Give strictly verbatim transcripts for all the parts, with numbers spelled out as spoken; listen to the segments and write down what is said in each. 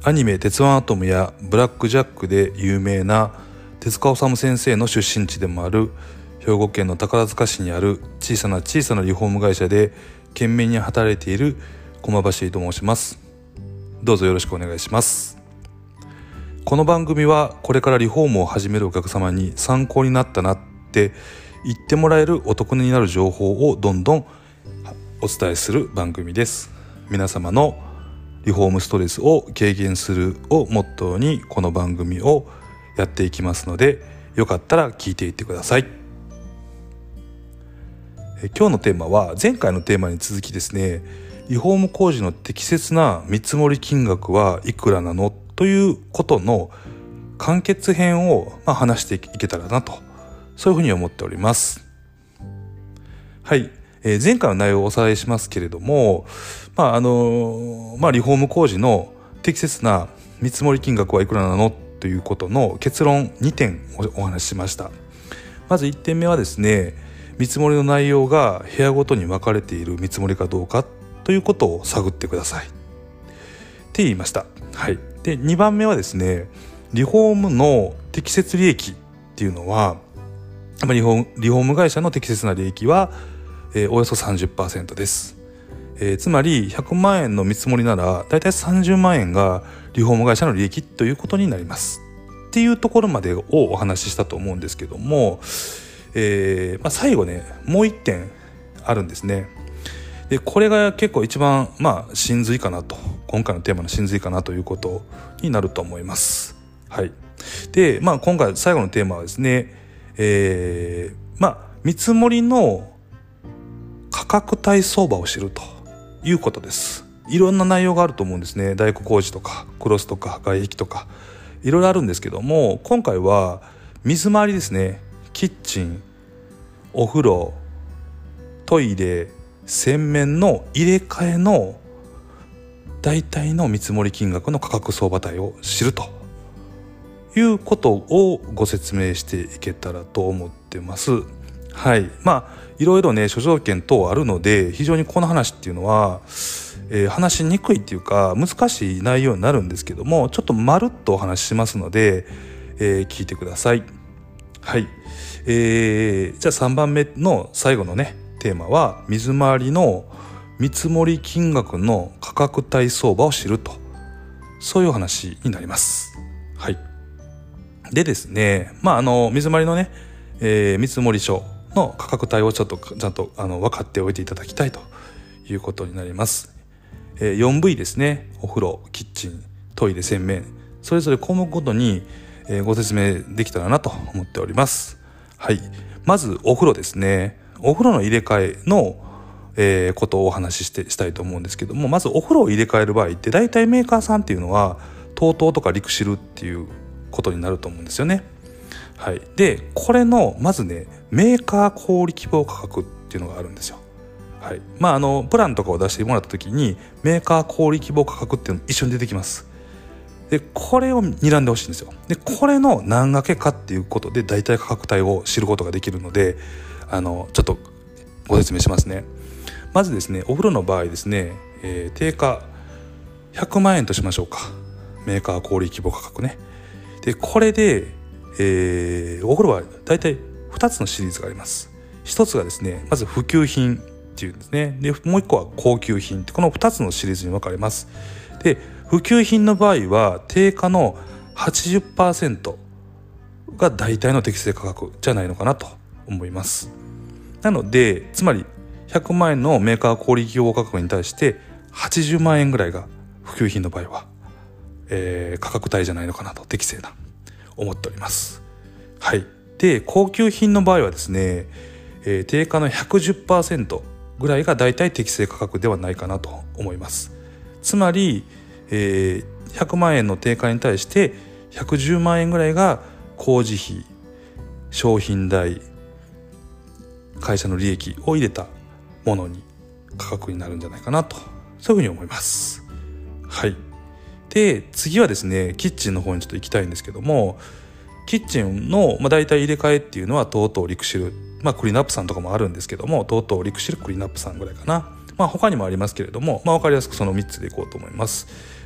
アニメ鉄腕アトムやブラックジャックで有名な手塚治虫先生の出身地でもある兵庫県の宝塚市にある小さな小さなリフォーム会社で懸命に働いている駒橋と申します。どうぞよろしくお願いします。この番組はこれからリフォームを始めるお客様に参考になったなって言ってもらえるお得になる情報をどんどんお伝えする番組です。皆様のリフォームストレスを軽減するをモットーにこの番組をやっていきますので、よかったら聞いていってください。え今日のテーマは前回のテーマに続きですね、リフォーム工事の適切な見積もり金額はいくらなのということの完結編をまあ話していけたらなと、そういうふうに思っております。はい、えー、前回の内容をおさらいしますけれども、まああのまあ、リフォーム工事の適切な見積もり金額はいくらなのということの結論にてんお話ししました。まずいってんめはですね、見積もりの内容が部屋ごとに分かれている見積もりかどうかということを探ってくださいって言いました。はい。でにばんめはですね、リフォームの適切利益っていうのは、リフォーム、リフォーム会社の適切な利益は、えー、およそ さんじゅっパーセント です。えー、つまりひゃくまんえんの見積もりならだいたいさんじゅうまんえんがリフォーム会社の利益ということになりますっていうところまでをお話ししたと思うんですけども、えーまあ、最後ねもういってんあるんですね。でこれが結構一番まあ真髄かなと、今回のテーマの真髄かなということになると思います。はい。でまあ今回最後のテーマはですね、えー、まあ見積もりの価格帯相場を知るということです。いろんな内容があると思うんですね。大工工事とかクロスとか外壁とかいろいろあるんですけども、今回は水回りですね。キッチン、お風呂、トイレ、洗面の入れ替えの大体の見積もり金額の価格相場帯を知るということをご説明していけたらと思ってます。はい。まあいろいろね諸条件等あるので、非常にこの話っていうのは、えー、話しにくいっていうか難しい内容になるんですけども、ちょっとまるっとお話ししますので、えー、聞いてください。はい。えー、じゃあさんばんめの最後のねテーマは水回りの見積もり金額の価格帯相場を知ると、そういうお話になります。はい。でですね、まああの水回りのね、えー、見積もり書の価格帯をちょっとちゃんとあの分かっておいていただきたいということになります。えー、よんブイ ですね。お風呂、キッチン、トイレ、洗面、それぞれ項目ごとに、えー、ご説明できたらなと思っております。はい。まずお風呂ですね。お風呂の入れ替えの、えー、ことをお話ししてしたいと思うんですけども、まずお風呂を入れ替える場合って大体メーカーさんっていうのは テイトー とかリクシルっていうことになると思うんですよね。はい。でこれのまずねメーカー小売希望価格っていうのがあるんですよ。はい。まああのプランとかを出してもらった時にメーカー小売希望価格っていうの一緒に出てきます。でこれを睨んでほしいんですよ。でこれの何掛けかっていうことで大体価格帯を知ることができるので、あのちょっとご説明しますね。まずですね、お風呂の場合ですね、えー、定価ひゃくまんえんとしましょうか。メーカー小売希望価格ね。でこれで、えー、お風呂は大体ふたつのシリーズがあります。ひとつがですね、まず普及品っていうんですね。でもういっこは高級品って、このふたつのシリーズに分かれます。で普及品の場合は定価の はちじゅっパーセント が大体の適正価格じゃないのかなと思います。なのでつまりひゃくまんえんのメーカー小売希望価格に対してはちじゅうまんえんぐらいが普及品の場合は、えー、価格帯じゃないのかなと、適正な思っております。はい。で高級品の場合はですね、えー、定価の ひゃくじゅっパーセント ぐらいが大体適正価格ではないかなと思います。つまり、えー、ひゃくまんえんの定価に対してひゃくじゅうまんえんぐらいが工事費、商品代、会社の利益を入れたものに価格になるんじゃないかなと、そういうふうに思います。はい。で次はですね、キッチンの方にちょっと行きたいんですけども、キッチンの、まあ、大体入れ替えっていうのは テイトー リクシル、まあ、クリーンアップさんとかもあるんですけども、 テイトー リクシル、クリーンアップさんぐらいかな。まあ他にもありますけれども、まあ、分かりやすくそのみっつでいこうと思います。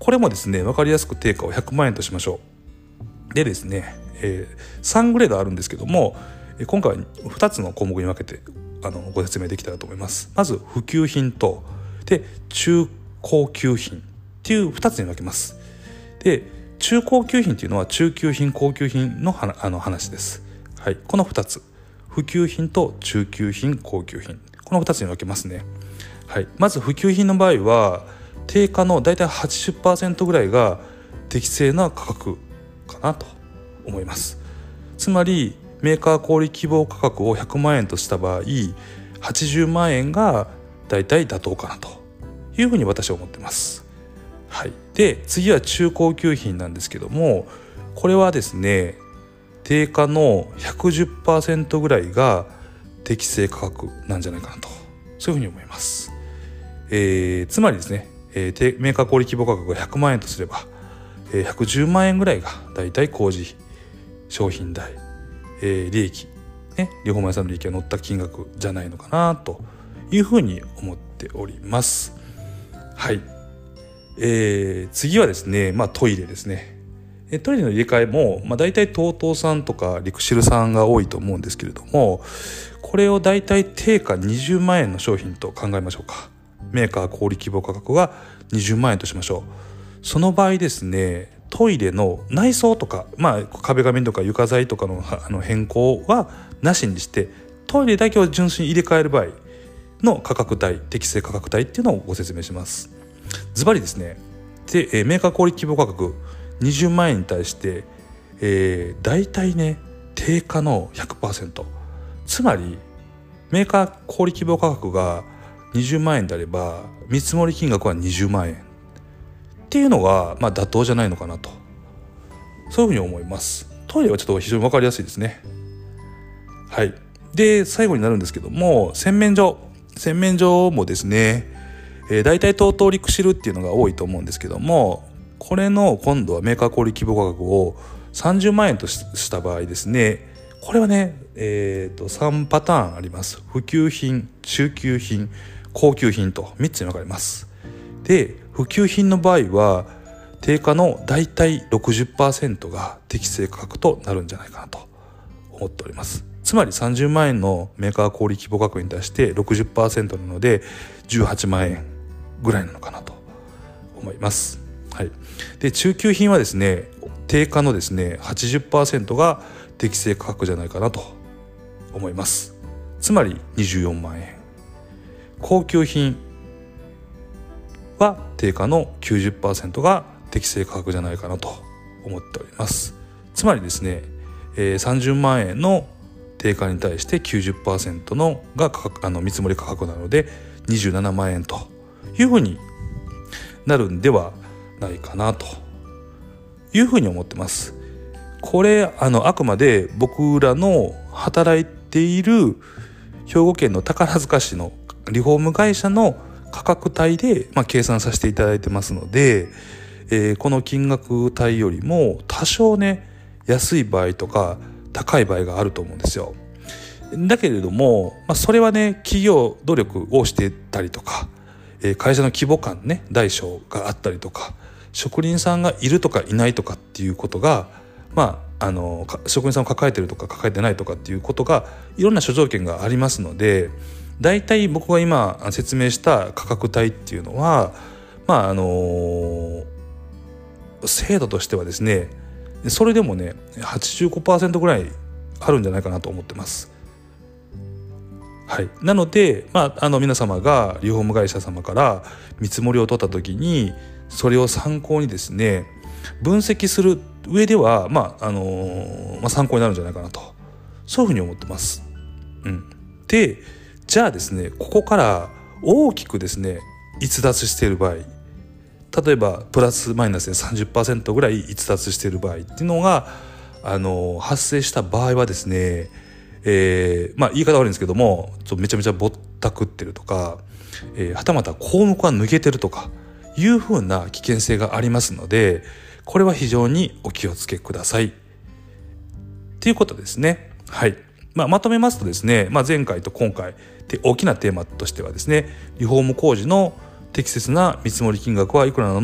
これもですね分かりやすく定価をひゃくまんえんとしましょう。でですね、えー、さんグレードあるんですけども、今回はふたつの項目に分けてあのご説明できたらと思います。まず普及品とで中高級品っていうふたつに分けます。で中高級品っていうのは中級品高級品のあの話です。はい、このふたつ、普及品と中級品高級品、このふたつに分けますね。はい、まず普及品の場合は定価のだいたい はちじゅっパーセント ぐらいが適正な価格かなと思います。つまりメーカー小売希望価格をひゃくまんえんとした場合、はちじゅうまんえんがだいたい妥当かなというふうに私は思ってます。はい、で次は中高級品なんですけども、これはですね定価の ひゃくじゅっパーセント ぐらいが適正価格なんじゃないかなと、そういうふうに思います。えー、つまりですね、えー、メーカー小売希望価格がひゃくまんえんとすれば、えー、ひゃくじゅうまんえんぐらいがだいたい工事費、商品代、えー、利益、ね、リフォーム屋さんの利益が乗った金額じゃないのかなというふうに思っております。はい、えー、次はですね、まあ、トイレですね。トイレの入れ替えも、まあ、大体 トートー さんとかリクシルさんが多いと思うんですけれども、これを大体定価にじゅうまんえんの商品と考えましょうか。メーカー小売希望価格がにじゅうまんえんとしましょう。その場合ですね、トイレの内装とか、まあ、壁紙とか床材とか の, あの変更はなしにして、トイレだけを純粋に入れ替える場合の価格帯、適正価格帯っていうのをご説明します。ズバリですね、で、えー、メーカー小売希望価格にじゅうまんえんに対して、えー、大体ね定価の ひゃくパーセント、 つまりメーカー小売希望価格がにじゅうまんえんであれば見積もり金額はにじゅうまんえんっていうのが、まあ、妥当じゃないのかなと、そういうふうに思います。トイレはちょっと非常に分かりやすいですね。はい、で最後になるんですけども、洗面所洗面所もですね、えー、大体 トートー リクシルっていうのが多いと思うんですけども、これの今度はメーカー小売希望価格をさんじゅうまんえんとした場合ですね、これはね、えー、とさんパターンあります。普及品、中級品、高級品とみっつに分かれます。で普及品の場合は定価のだいたい ろくじゅっパーセント が適正価格となるんじゃないかなと思っております。つまりさんじゅうまんえんのメーカー小売希望価格に対して ろくじゅっパーセント なのでじゅうはちまんえんぐらいなのかなと思います。はい、で中級品はですね定価のですね はちじゅっパーセント が適正価格じゃないかなと思います。つまりにじゅうよんまんえん。高級品は定価の きゅうじゅっパーセント が適正価格じゃないかなと思っております。つまりですね、えー、さんじゅうまんえんの定価に対して きゅうじゅっパーセント のが価格あの見積もり価格なのでにじゅうななまんえんというふうになるんではないかなというふうに思ってます。これあのあくまで僕らの働いている兵庫県の宝塚市のリフォーム会社の価格帯で、まあ、計算させていただいてますので、えー、この金額帯よりも多少ね安い場合とか高い場合があると思うんですよ。だけれども、まあ、それはね企業努力をしてたりとか、えー、会社の規模感ね大小があったりとか、職人さんがいるとかいないとかっていうことが、まあ、あの職人さんを抱えてるとか抱えてないとかっていうことがいろんな諸条件がありますので、だいたい僕が今説明した価格帯っていうのは、まああの精度としてはですねそれでもね はちじゅうごパーセント ぐらいあるんじゃないかなと思ってます。はい、なので、まあ、あの皆様がリフォーム会社様から見積もりを取った時にそれを参考にですね分析する上では、まああのーまあ、参考になるんじゃないかなと、そういうふうに思ってます。うん、でじゃあですねここから大きくですね逸脱している場合、例えばプラスマイナスで さんじゅっパーセント ぐらい逸脱している場合っていうのが、あのー、発生した場合はですね、えーまあ、言い方悪いんですけどもちょっとめちゃめちゃぼったくってるとか、えー、はたまた項目が抜けてるとかいうふうな危険性がありますので、これは非常にお気をつけくださいっていうことですね。はい、まあ、まとめますとですね、まあ、前回と今回で大きなテーマとしてはですね、リフォーム工事の適切な見積もり金額はいくらなのって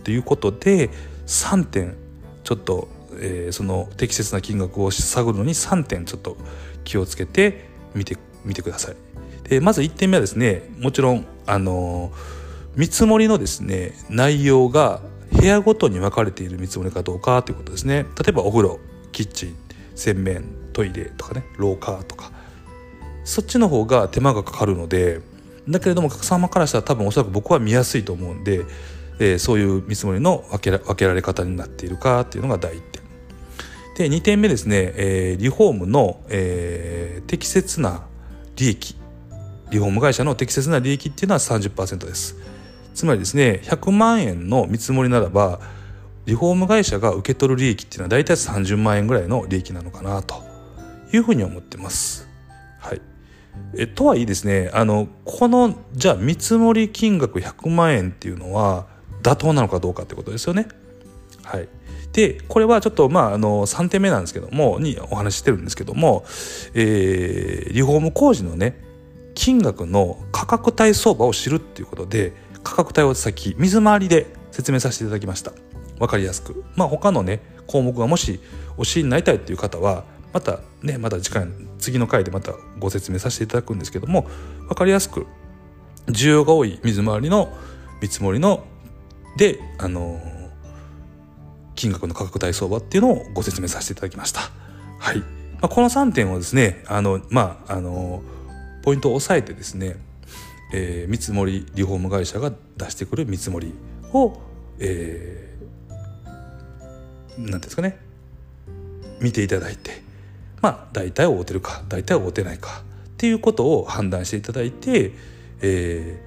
ということでさんてんちょっと、えー、その適切な金額を探るのにさんてんちょっと気をつけてみてみてください。でまずいってんめはですね、もちろんあの見積もりのですね内容が部屋ごとに分かれている見積もりかどうかということですね。例えばお風呂、キッチン、洗面、トイレとかね、廊下とか、そっちの方が手間がかかるので、だけれどもお客様からしたら多分おそらく僕は見やすいと思うんで、えー、そういう見積もりの分けら、分けられ方になっているかっていうのがだいいってんで、にてんめですね、えー、リフォームの、えー、適切な利益、リフォーム会社の適切な利益っていうのは さんじゅっパーセント です。つまりですね、ひゃくまんえんの見積もりならばリフォーム会社が受け取る利益っていうのはだいたいさんじゅうまんえんぐらいの利益なのかなというふうに思ってます。はい。えとはいいですね、あのこのじゃあ見積もり金額ひゃくまんえんっていうのは妥当なのかどうかってことですよね。はい。でこれはちょっとまああのさんてんめなんですけどもにお話ししてるんですけども、えー、リフォーム工事のね金額の価格帯相場を知るっていうことで、価格帯を先水回りで説明させていただきました。わかりやすく。まあ他のね項目がもしお知りになりたいっていう方はまたねまた次回次の回でまたご説明させていただくんですけども、わかりやすく需要が多い水回りの見積もりのであのー、金額の価格帯相場っていうのをご説明させていただきました。はい。まあ、このさんてんをですねあのまああのーポイントを押さえてですね、えー、見積もりリフォーム会社が出してくる見積もりを、えー、なんていうんですかね見ていただいて、まあ大体合うてるか大体合うてないかっていうことを判断していただいて、え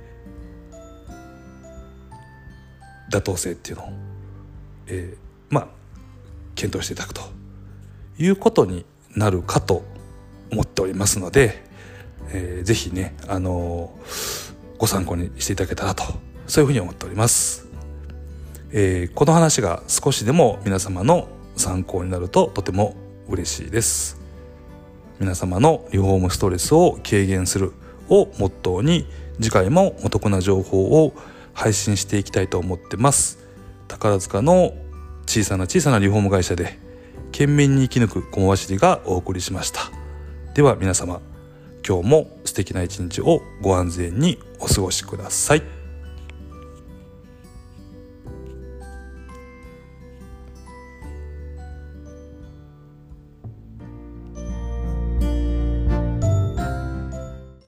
ー、妥当性っていうのを、えー、まあ検討していただくということになるかと思っておりますので、えー、ぜひね、あのー、ご参考にしていただけたらとそういうふうに思っております。えー、この話が少しでも皆様の参考になるととても嬉しいです。皆様のリフォームストレスを軽減するをモットーに次回もお得な情報を配信していきたいと思ってます。宝塚の小さな小さなリフォーム会社で懸命に生き抜く駒走りがお送りしました。では皆様、今日も素敵な一日をご安全にお過ごしください。